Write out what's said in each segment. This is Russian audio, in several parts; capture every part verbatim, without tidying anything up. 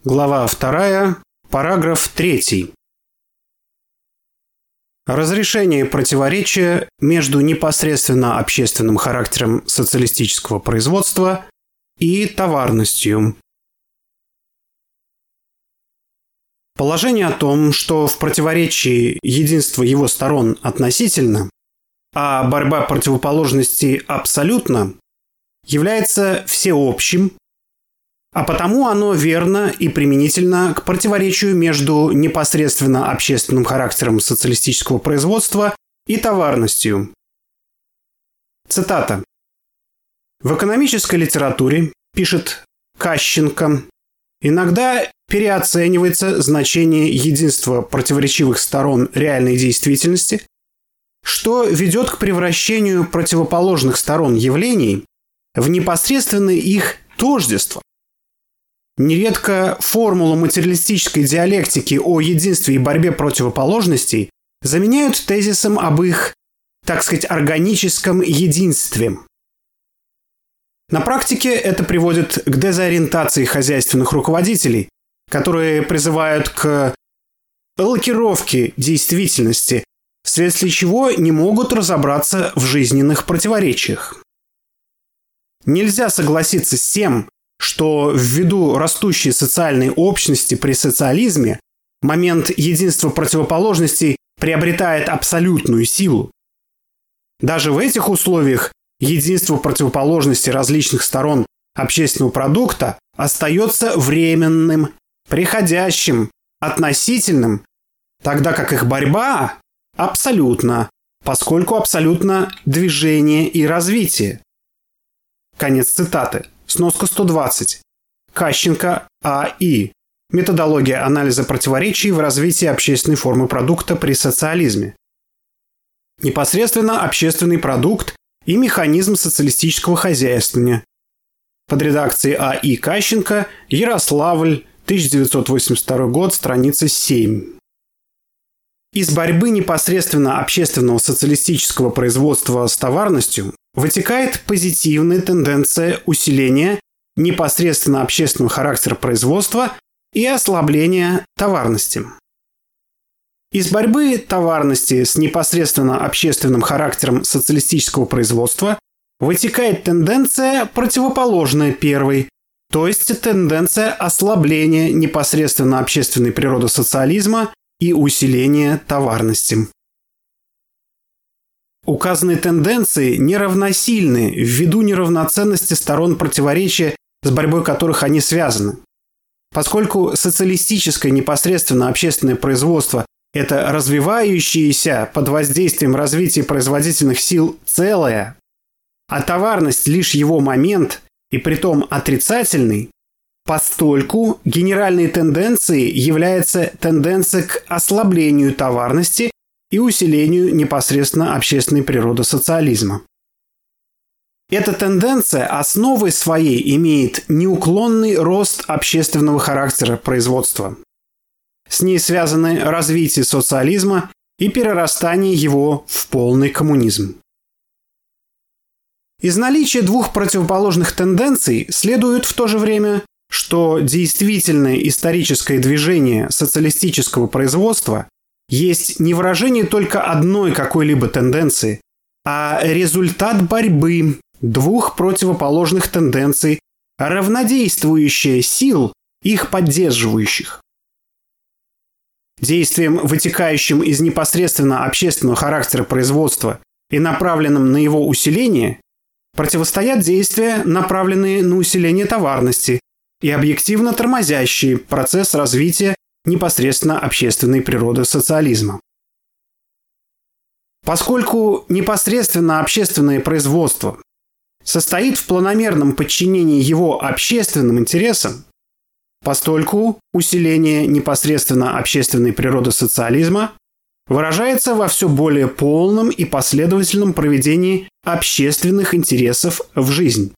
Глава вторая, параграф третий. Разрешение противоречия между непосредственно общественным характером социалистического производства и товарностью. Положение о том, что в противоречии единство его сторон относительно, а борьба противоположностей абсолютно, является всеобщим, а потому оно верно и применительно к противоречию между непосредственно общественным характером социалистического производства и товарностью. Цитата. В экономической литературе, пишет Кащенко, иногда переоценивается значение единства противоречивых сторон реальной действительности, что ведет к превращению противоположных сторон явлений в непосредственное их тождество. Нередко формулу материалистической диалектики о единстве и борьбе противоположностей заменяют тезисом об их, так сказать, органическом единстве. На практике это приводит к дезориентации хозяйственных руководителей, которые призывают к лакировке действительности, вследствие чего не могут разобраться в жизненных противоречиях. Нельзя согласиться с тем, что ввиду растущей социальной общности при социализме момент единства противоположностей приобретает абсолютную силу. Даже в этих условиях единство противоположностей различных сторон общественного продукта остается временным, приходящим, относительным, тогда как их борьба абсолютна, поскольку абсолютно движение и развитие. Конец цитаты. Сноска сто двадцать. Кащенко А И. Методология анализа противоречий в развитии общественной формы продукта при социализме. Непосредственно общественный продукт и механизм социалистического хозяйствования. Под редакцией А И. Кащенко, Ярославль, тысяча девятьсот восемьдесят второй год, страница семь. Из борьбы непосредственно общественного социалистического производства с товарностью вытекает позитивная тенденция усиления непосредственно общественного характера производства и ослабления товарности. Из борьбы товарности с непосредственно общественным характером социалистического производства вытекает тенденция, противоположная первой, то есть тенденция ослабления непосредственно общественной природы социализма и усиления товарности. Указанные тенденции неравносильны ввиду неравноценности сторон противоречия, с борьбой которых они связаны. Поскольку социалистическое непосредственно общественное производство – это развивающееся под воздействием развития производительных сил целое, а товарность – лишь его момент, и притом отрицательный, постольку генеральной тенденцией является тенденция к ослаблению товарности и усилению непосредственно общественной природы социализма. Эта тенденция основой своей имеет неуклонный рост общественного характера производства. С ней связаны развитие социализма и перерастание его в полный коммунизм. Из наличия двух противоположных тенденций следует в то же время, что действительное историческое движение социалистического производства есть не выражение только одной какой-либо тенденции, а результат борьбы двух противоположных тенденций, равнодействующая сил, их поддерживающих. Действием, вытекающим из непосредственно общественного характера производства и направленным на его усиление, противостоят действия, направленные на усиление товарности и объективно тормозящие процесс развития непосредственно общественной природы социализма. Поскольку непосредственно общественное производство состоит в планомерном подчинении его общественным интересам, постольку усиление непосредственно общественной природы социализма выражается во все более полном и последовательном проведении общественных интересов в жизнь.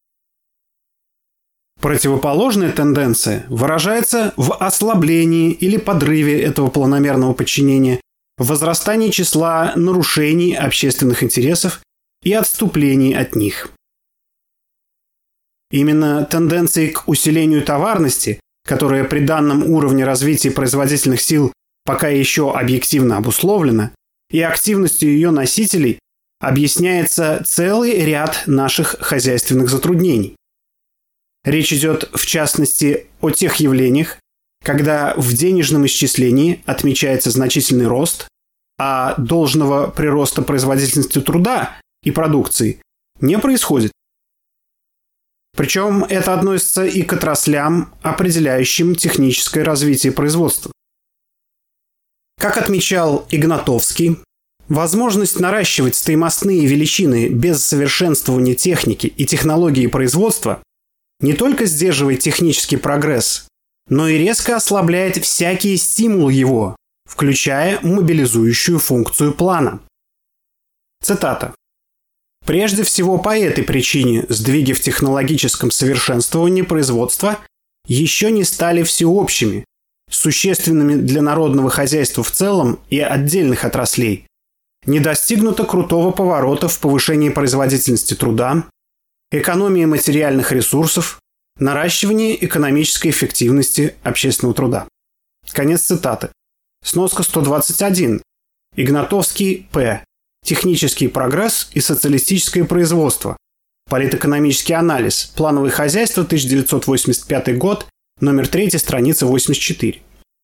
Противоположная тенденция выражается в ослаблении или подрыве этого планомерного подчинения, в возрастании числа нарушений общественных интересов и отступлений от них. Именно тенденции к усилению товарности которое при данном уровне развития производительных сил пока еще объективно обусловлено, и активностью ее носителей объясняется целый ряд наших хозяйственных затруднений. Речь идет, в частности, о тех явлениях, когда в денежном исчислении отмечается значительный рост, а должного прироста производительности труда и продукции не происходит. Причем это относится и к отраслям, определяющим техническое развитие производства. Как отмечал Игнатовский, возможность наращивать стоимостные величины без совершенствования техники и технологии производства не только сдерживает технический прогресс, но и резко ослабляет всякий стимул его, включая мобилизующую функцию плана. Цитата. «Прежде всего по этой причине сдвиги в технологическом совершенствовании производства еще не стали всеобщими, существенными для народного хозяйства в целом и отдельных отраслей. Не достигнуто крутого поворота в повышении производительности труда, экономии материальных ресурсов, наращивании экономической эффективности общественного труда». Конец цитаты. Сноска сто двадцать один. Игнатовский, П. Технический прогресс и социалистическое производство. Политэкономический анализ. Плановое хозяйство, тысяча девятьсот восемьдесят пятый год, номер три, страница восемьдесят четыре.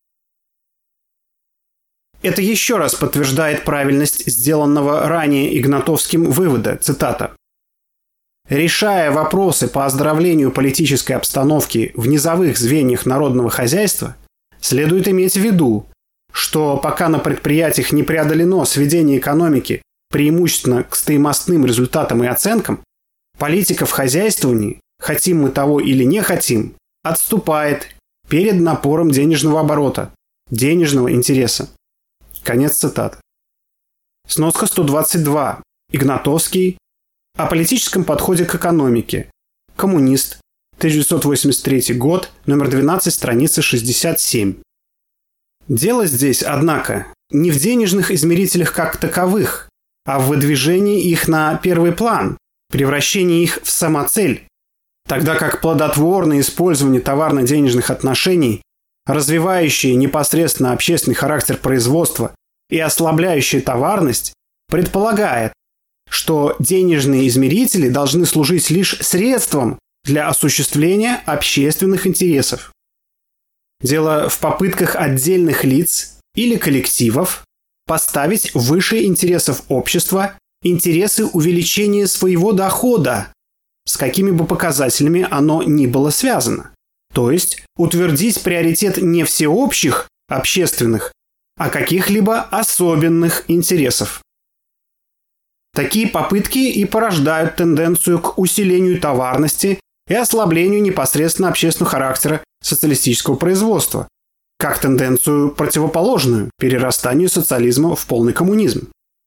Это еще раз подтверждает правильность сделанного ранее Игнатовским вывода. Цитата. «Решая вопросы по оздоровлению политической обстановки в низовых звеньях народного хозяйства, следует иметь в виду, что пока на предприятиях не преодолено сведение экономики преимущественно к стоимостным результатам и оценкам, политика в хозяйствовании, хотим мы того или не хотим, отступает перед напором денежного оборота, денежного интереса». Конец цитаты. Сноска сто двадцать два. Игнатовский. О политическом подходе к экономике. Коммунист. тысяча девятьсот восемьдесят третий год, номер двенадцать, страница шестьдесят семь. Дело здесь, однако, не в денежных измерителях как таковых, а в выдвижении их на первый план, превращении их в самоцель, тогда как плодотворное использование товарно-денежных отношений, развивающее непосредственно общественный характер производства и ослабляющее товарность, предполагает, что денежные измерители должны служить лишь средством для осуществления общественных интересов. Дело в попытках отдельных лиц или коллективов поставить выше интересов общества интересы увеличения своего дохода, с какими бы показателями оно ни было связано. То есть утвердить приоритет не всеобщих, общественных, а каких-либо особенных интересов. Такие попытки и порождают тенденцию к усилению товарности и ослаблению непосредственно общественного характера социалистического производства, как тенденцию противоположную перерастанию социализма в полный коммунизм.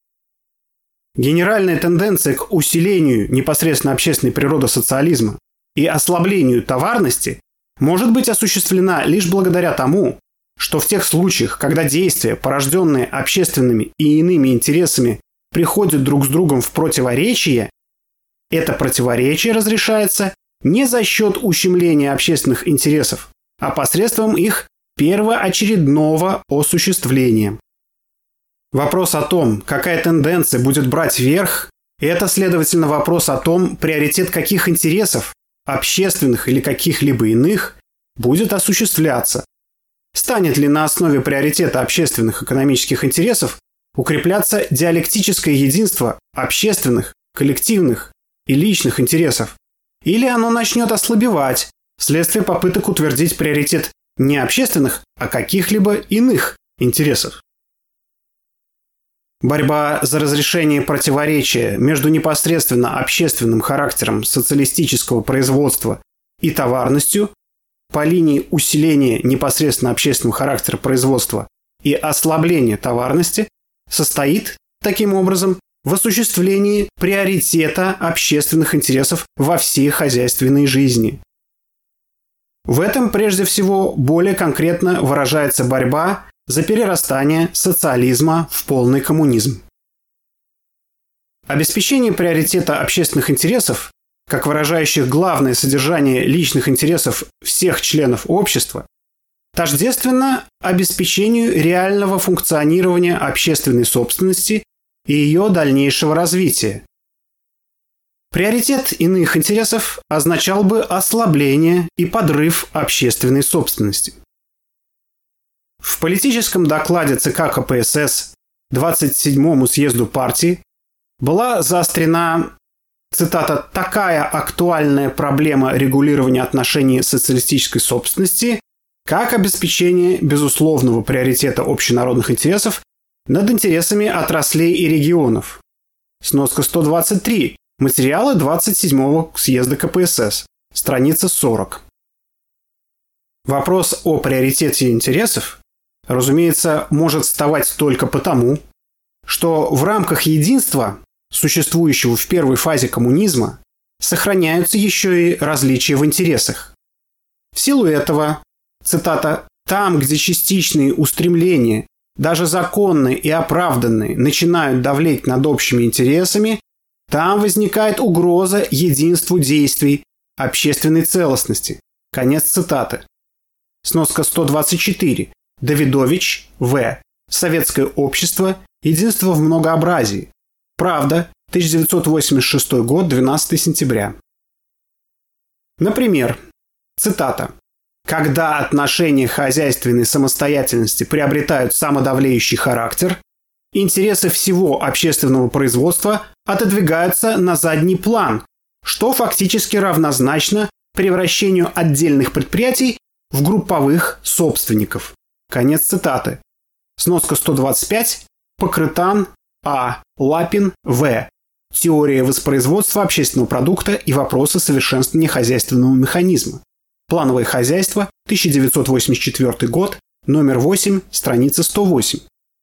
Генеральная тенденция к усилению непосредственно общественной природы социализма и ослаблению товарности может быть осуществлена лишь благодаря тому, что в тех случаях, когда действия, порожденные общественными и иными интересами, приходят друг с другом в противоречие, это противоречие разрешается не за счет ущемления общественных интересов, а посредством их первоочередного осуществления. Вопрос о том, какая тенденция будет брать верх, это, следовательно, вопрос о том, приоритет каких интересов, общественных или каких-либо иных, будет осуществляться. Станет ли на основе приоритета общественных экономических интересов укрепляться диалектическое единство общественных, коллективных и личных интересов, или оно начнет ослабевать вследствие попыток утвердить приоритет не общественных, а каких-либо иных интересов. Борьба за разрешение противоречия между непосредственно общественным характером социалистического производства и товарностью по линии усиления непосредственно общественного характера производства и ослабления товарности состоит, таким образом, в осуществлении приоритета общественных интересов во всей хозяйственной жизни. В этом, прежде всего, более конкретно выражается борьба за перерастание социализма в полный коммунизм. Обеспечение приоритета общественных интересов как выражающих главное содержание личных интересов всех членов общества, тождественно обеспечению реального функционирования общественной собственности и ее дальнейшего развития. Приоритет иных интересов означал бы ослабление и подрыв общественной собственности. В политическом докладе ЦК КПСС двадцать седьмому съезду партии была заострена, цитата, «такая актуальная проблема регулирования отношений социалистической собственности, как обеспечение безусловного приоритета общенародных интересов над интересами отраслей и регионов». Сноска сто двадцать три. Материалы двадцать седьмого съезда КПСС. Страница сорок. Вопрос о приоритете интересов, разумеется, может вставать только потому, что в рамках единства, существующего в первой фазе коммунизма, сохраняются еще и различия в интересах. В силу этого, цитата, «там, где частичные устремления, даже законные и оправданные, начинают давлеть над общими интересами, там возникает угроза единству действий, общественной целостности». Конец цитаты. Сноска сто двадцать четыре. Давидович, В. Советское общество. Единство в многообразии. Правда. тысяча девятьсот восемьдесят шестой год, двенадцатого сентября. Например, цитата. «Когда отношения хозяйственной самостоятельности приобретают самодавлеющий характер, интересы всего общественного производства отодвигаются на задний план, что фактически равнозначно превращению отдельных предприятий в групповых собственников». Конец цитаты. Сноска сто двадцать пять. Покрытан, А. Лапин, В. Теория воспроизводства общественного продукта и вопросы совершенствования хозяйственного механизма. Плановое хозяйство, тысяча девятьсот восемьдесят четвёртый год, номер восемь, страница сто восемь.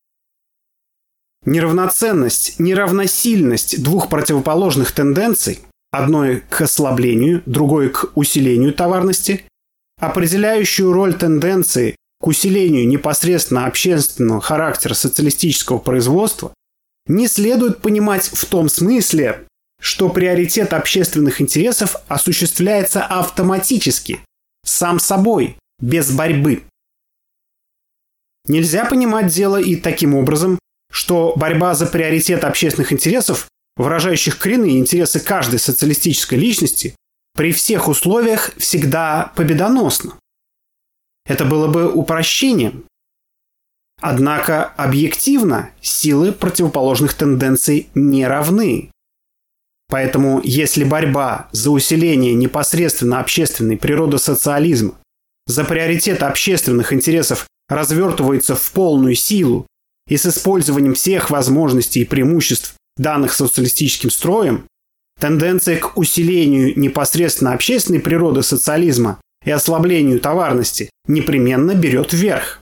Неравноценность, неравносильность двух противоположных тенденций, одной к ослаблению, другой к усилению товарности, определяющую роль тенденции к усилению непосредственно общественного характера социалистического производства, не следует понимать в том смысле, что приоритет общественных интересов осуществляется автоматически, сам собой, без борьбы. Нельзя понимать дело и таким образом, что борьба за приоритет общественных интересов, выражающих коренные интересы каждой социалистической личности, при всех условиях всегда победоносна. Это было бы упрощением. Однако объективно силы противоположных тенденций не равны. Поэтому если борьба за усиление непосредственно общественной природы социализма, за приоритет общественных интересов развертывается в полную силу и с использованием всех возможностей и преимуществ, данных социалистическим строем, тенденция к усилению непосредственно общественной природы социализма и ослаблению товарности непременно берет вверх.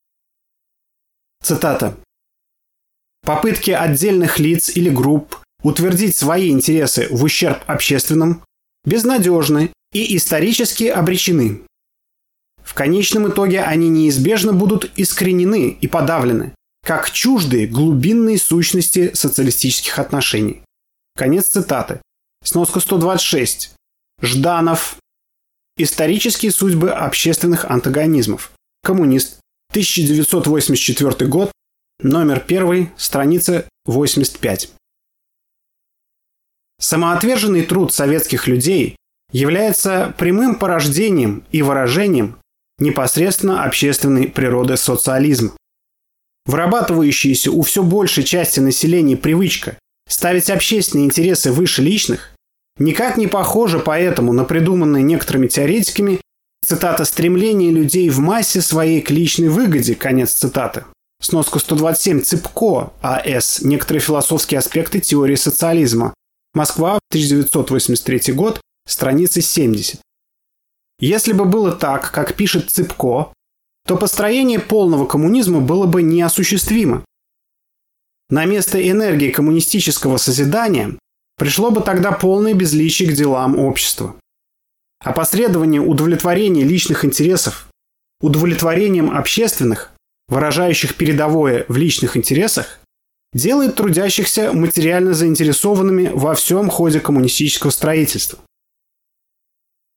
Цитата. «Попытки отдельных лиц или групп утвердить свои интересы в ущерб общественным безнадежны и исторически обречены. В конечном итоге они неизбежно будут искоренены и подавлены, как чуждые глубинные сущности социалистических отношений». Конец цитаты. Сноска сто двадцать шесть. Жданов. Исторические судьбы общественных антагонизмов. Коммунист. тысяча девятьсот восемьдесят четвёртый год. Номер первый. Страница восемьдесят пять. Самоотверженный труд советских людей является прямым порождением и выражением непосредственно общественной природы социализма. Вырабатывающаяся у все большей части населения привычка ставить общественные интересы выше личных никак не похожа поэтому на придуманные некоторыми теоретиками, цитата, «стремление людей в массе своей к личной выгоде», конец цитаты. Сноска сто двадцать семь. Цыпко, А С. Некоторые философские аспекты теории социализма. Москва, тысяча девятьсот восемьдесят третий год, страница семьдесят. Если бы было так, как пишет Цыпко, то построение полного коммунизма было бы неосуществимо. На место энергии коммунистического созидания пришло бы тогда полное безличие к делам общества. Опосредование удовлетворения личных интересов удовлетворением общественных, выражающих передовое в личных интересах, делает трудящихся материально заинтересованными во всем ходе коммунистического строительства.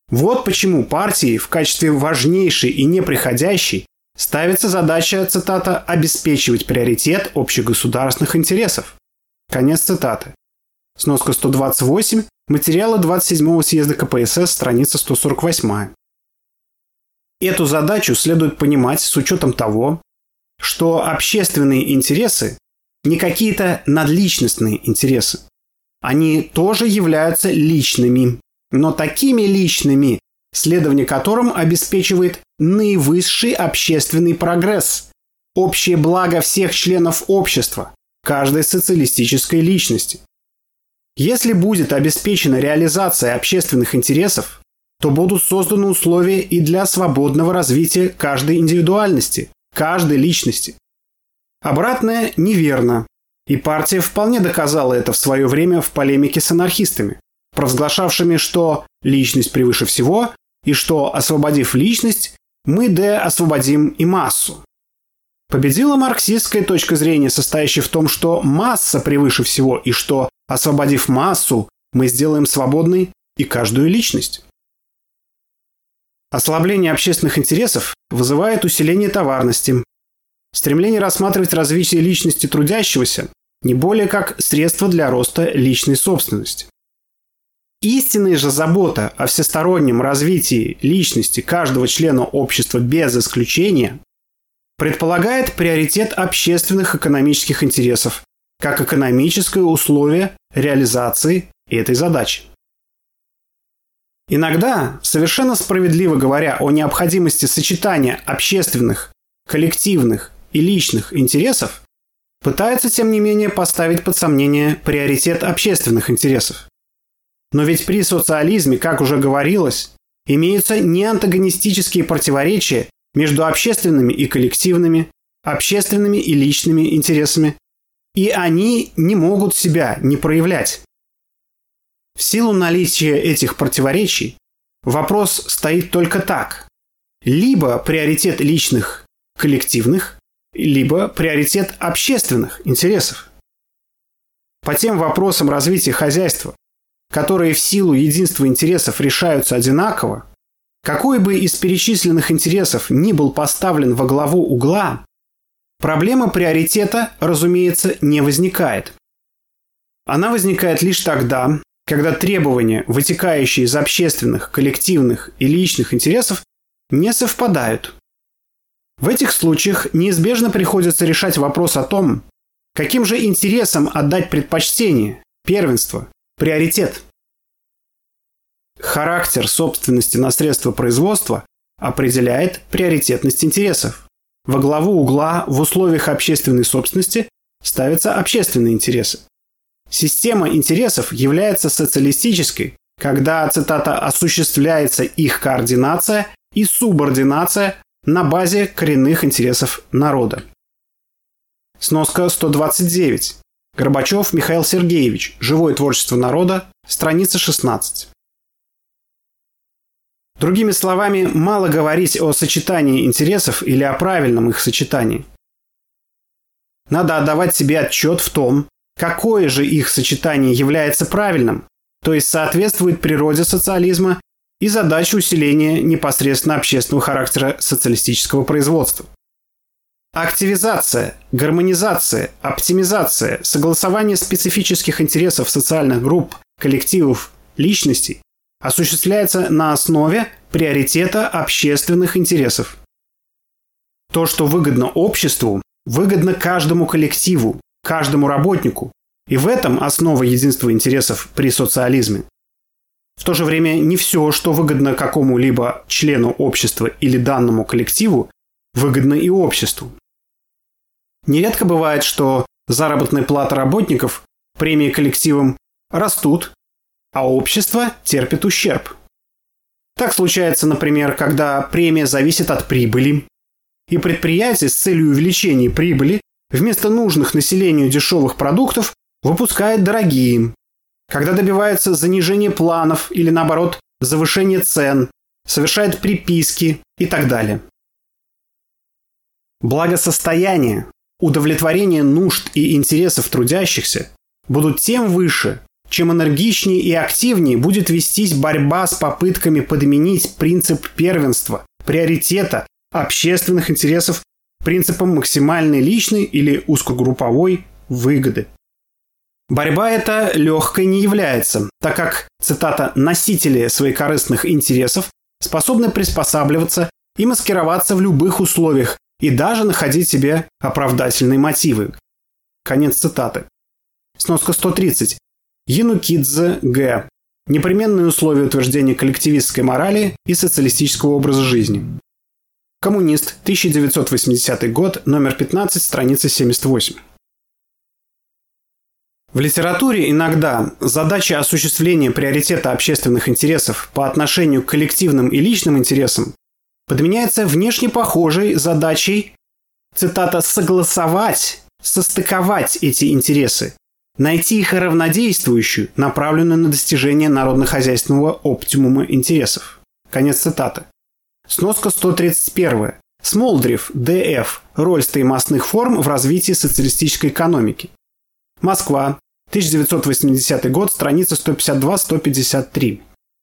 Вот почему партии в качестве важнейшей и неприходящей ставится задача, цитата, «обеспечивать приоритет общегосударственных интересов». Конец цитаты. Сноска сто двадцать восемь, материалы двадцать седьмого съезда ка пэ эс эс, страница сто сорок восемь. Эту задачу следует понимать с учетом того, что общественные интересы не какие-то надличностные интересы. Они тоже являются личными, но такими личными, следование которым обеспечивает наивысший общественный прогресс, общее благо всех членов общества, каждой социалистической личности. Если будет обеспечена реализация общественных интересов, то будут созданы условия и для свободного развития каждой индивидуальности, каждой личности. Обратное неверно, и партия вполне доказала это в свое время в полемике с анархистами, провозглашавшими, что личность превыше всего, и что, освободив личность, мы да освободим и массу. Победила марксистская точка зрения, состоящая в том, что масса превыше всего, и что, освободив массу, мы сделаем свободной и каждую личность. Ослабление общественных интересов вызывает усиление товарности. Стремление рассматривать развитие личности трудящегося не более как средство для роста личной собственности. Истинная же забота о всестороннем развитии личности каждого члена общества без исключения предполагает приоритет общественных экономических интересов как экономическое условие реализации этой задачи. Иногда, совершенно справедливо говоря о необходимости сочетания общественных, коллективных и личных интересов, пытаются, тем не менее, поставить под сомнение приоритет общественных интересов. Но ведь при социализме, как уже говорилось, имеются неантагонистические противоречия между общественными и коллективными, общественными и личными интересами, и они не могут себя не проявлять. В силу наличия этих противоречий вопрос стоит только так: либо приоритет личных, коллективных, либо приоритет общественных интересов. По тем вопросам развития хозяйства, которые в силу единства интересов решаются одинаково, какой бы из перечисленных интересов ни был поставлен во главу угла, проблема приоритета, разумеется, не возникает. Она возникает лишь тогда, когда требования, вытекающие из общественных, коллективных и личных интересов, не совпадают. В этих случаях неизбежно приходится решать вопрос о том, каким же интересам отдать предпочтение, первенство, приоритет. Характер собственности на средства производства определяет приоритетность интересов. Во главу угла в условиях общественной собственности ставятся общественные интересы. Система интересов является социалистической, когда, цитата, «осуществляется их координация и субординация на базе коренных интересов народа». Сноска сто двадцать девять. Горбачев Михаил Сергеевич. Живое творчество народа. Страница шестнадцать. Другими словами, мало говорить о сочетании интересов или о правильном их сочетании. Надо отдавать себе отчет в том, какое же их сочетание является правильным, то есть соответствует природе социализма и задаче усиления непосредственно общественного характера социалистического производства. Активизация, гармонизация, оптимизация, согласование специфических интересов социальных групп, коллективов, личностей осуществляется на основе приоритета общественных интересов. То, что выгодно обществу, выгодно каждому коллективу, каждому работнику, и в этом основа единства интересов при социализме. В то же время не все, что выгодно какому-либо члену общества или данному коллективу, выгодно и обществу. Нередко бывает, что заработная плата работников, премии коллективам растут, а общество терпит ущерб. Так случается, например, когда премия зависит от прибыли, и предприятие с целью увеличения прибыли вместо нужных населению дешевых продуктов выпускает дорогие, когда добивается занижения планов или, наоборот, завышения цен, совершает приписки и так далее. Благосостояние, удовлетворение нужд и интересов трудящихся будут тем выше, чем энергичнее и активнее будет вестись борьба с попытками подменить принцип первенства, приоритета, общественных интересов принципом максимальной личной или узкогрупповой выгоды. Борьба эта легкой не является, так как, цитата, «носители своекорыстных интересов способны приспосабливаться и маскироваться в любых условиях и даже находить себе оправдательные мотивы». Конец цитаты. Сноска сто тридцать. Янукидзе, Г. Непременные условия утверждения коллективистской морали и социалистического образа жизни. Коммунист, тысяча девятьсот восьмидесятый год, номер пятнадцать, страница семьдесят восемь. В литературе иногда задача осуществления приоритета общественных интересов по отношению к коллективным и личным интересам подменяется внешне похожей задачей, цитата, «согласовать, состыковать эти интересы, найти их равнодействующую, направленную на достижение народно-хозяйственного оптимума интересов». Конец цитаты. Сноска сто тридцать один. Смолдрев, Д Ф. Роль стоимостных форм в развитии социалистической экономики. Москва, тысяча девятьсот восьмидесятый год, страница сто пятьдесят два - сто пятьдесят три.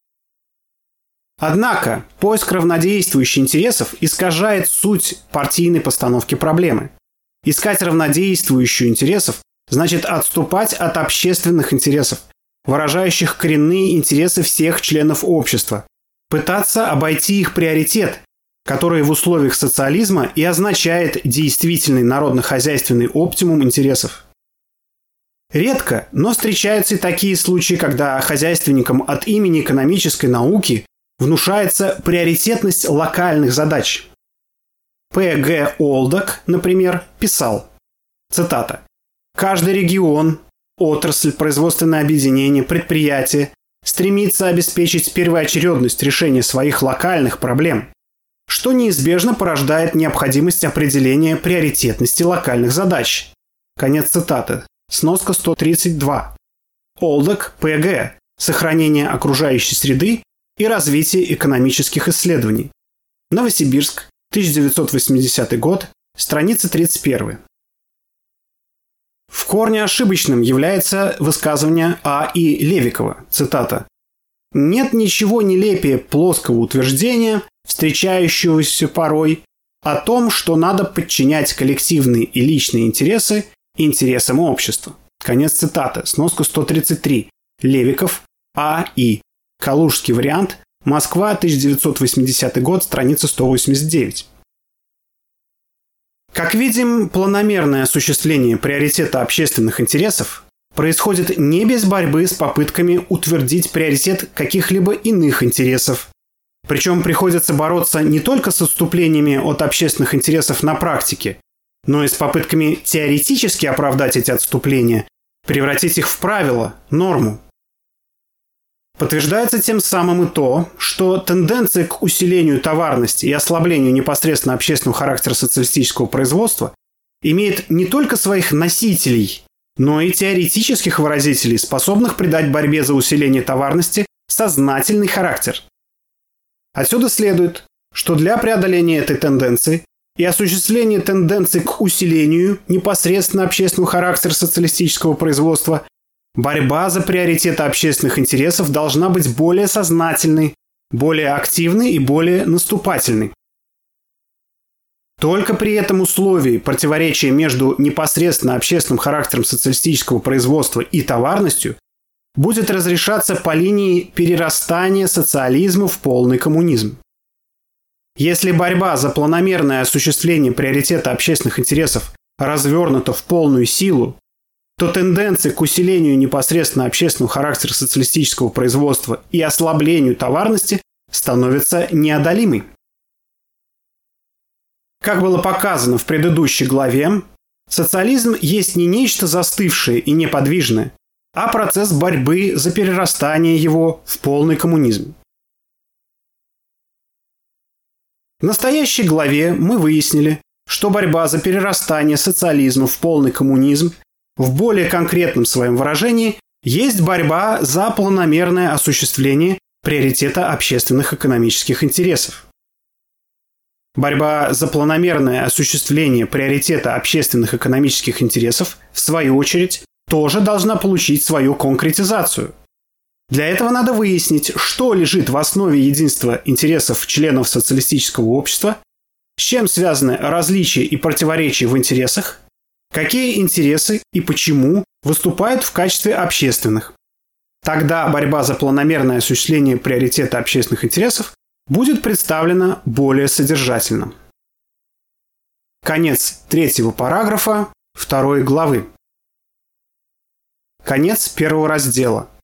Однако, поиск равнодействующих интересов искажает суть партийной постановки проблемы. Искать равнодействующую интересов значит отступать от общественных интересов, выражающих коренные интересы всех членов общества, пытаться обойти их приоритет, который в условиях социализма и означает действительный народно-хозяйственный оптимум интересов. Редко, но встречаются и такие случаи, когда хозяйственникам от имени экономической науки внушается приоритетность локальных задач. П Г Олдок, например, писал, цитата, «Каждый регион, отрасль, производственное объединение, предприятие стремится обеспечить первоочередность решения своих локальных проблем, что неизбежно порождает необходимость определения приоритетности локальных задач». Конец цитаты. Сноска сто тридцать два. Олдок, П Г. Сохранение окружающей среды и развитие экономических исследований. Новосибирск, тысяча девятьсот восьмидесятый год, страница тридцать один. В корне ошибочным является высказывание А И Левикова, цитата, «Нет ничего нелепее плоского утверждения, встречающегося порой, о том, что надо подчинять коллективные и личные интересы интересам общества». Конец цитаты. Сноска сто тридцать три. Левиков, А И. Калужский вариант. Москва, тысяча девятьсот восьмидесятый год, страница сто восемьдесят девять. Как видим, планомерное осуществление приоритета общественных интересов происходит не без борьбы с попытками утвердить приоритет каких-либо иных интересов. Причем приходится бороться не только с отступлениями от общественных интересов на практике, но и с попытками теоретически оправдать эти отступления, превратить их в правило, норму. Подтверждается тем самым и то, что тенденция к усилению товарности и ослаблению непосредственно общественного характера социалистического производства имеет не только своих носителей, но и теоретических выразителей, способных придать борьбе за усиление товарности сознательный характер. Отсюда следует, что для преодоления этой тенденции и осуществления тенденции к усилению непосредственно общественного характера социалистического производства борьба за приоритеты общественных интересов должна быть более сознательной, более активной и более наступательной. Только при этом условии противоречия между непосредственно общественным характером социалистического производства и товарностью будет разрешаться по линии перерастания социализма в полный коммунизм. Если борьба за планомерное осуществление приоритета общественных интересов развернута в полную силу, то тенденция к усилению непосредственно общественного характера социалистического производства и ослаблению товарности становится неодолимой. Как было показано в предыдущей главе, социализм есть не нечто застывшее и неподвижное, а процесс борьбы за перерастание его в полный коммунизм. В настоящей главе мы выяснили, что борьба за перерастание социализма в полный коммунизм в более конкретном своем выражении есть борьба за планомерное осуществление приоритета общественных экономических интересов. Борьба за планомерное осуществление приоритета общественных экономических интересов, в свою очередь, тоже должна получить свою конкретизацию. Для этого надо выяснить, что лежит в основе единства интересов членов социалистического общества, с чем связаны различия и противоречия в интересах, какие интересы и почему выступают в качестве общественных. Тогда борьба за планомерное осуществление приоритета общественных интересов будет представлена более содержательно. Конец третьего параграфа второй главы. Конец первого раздела.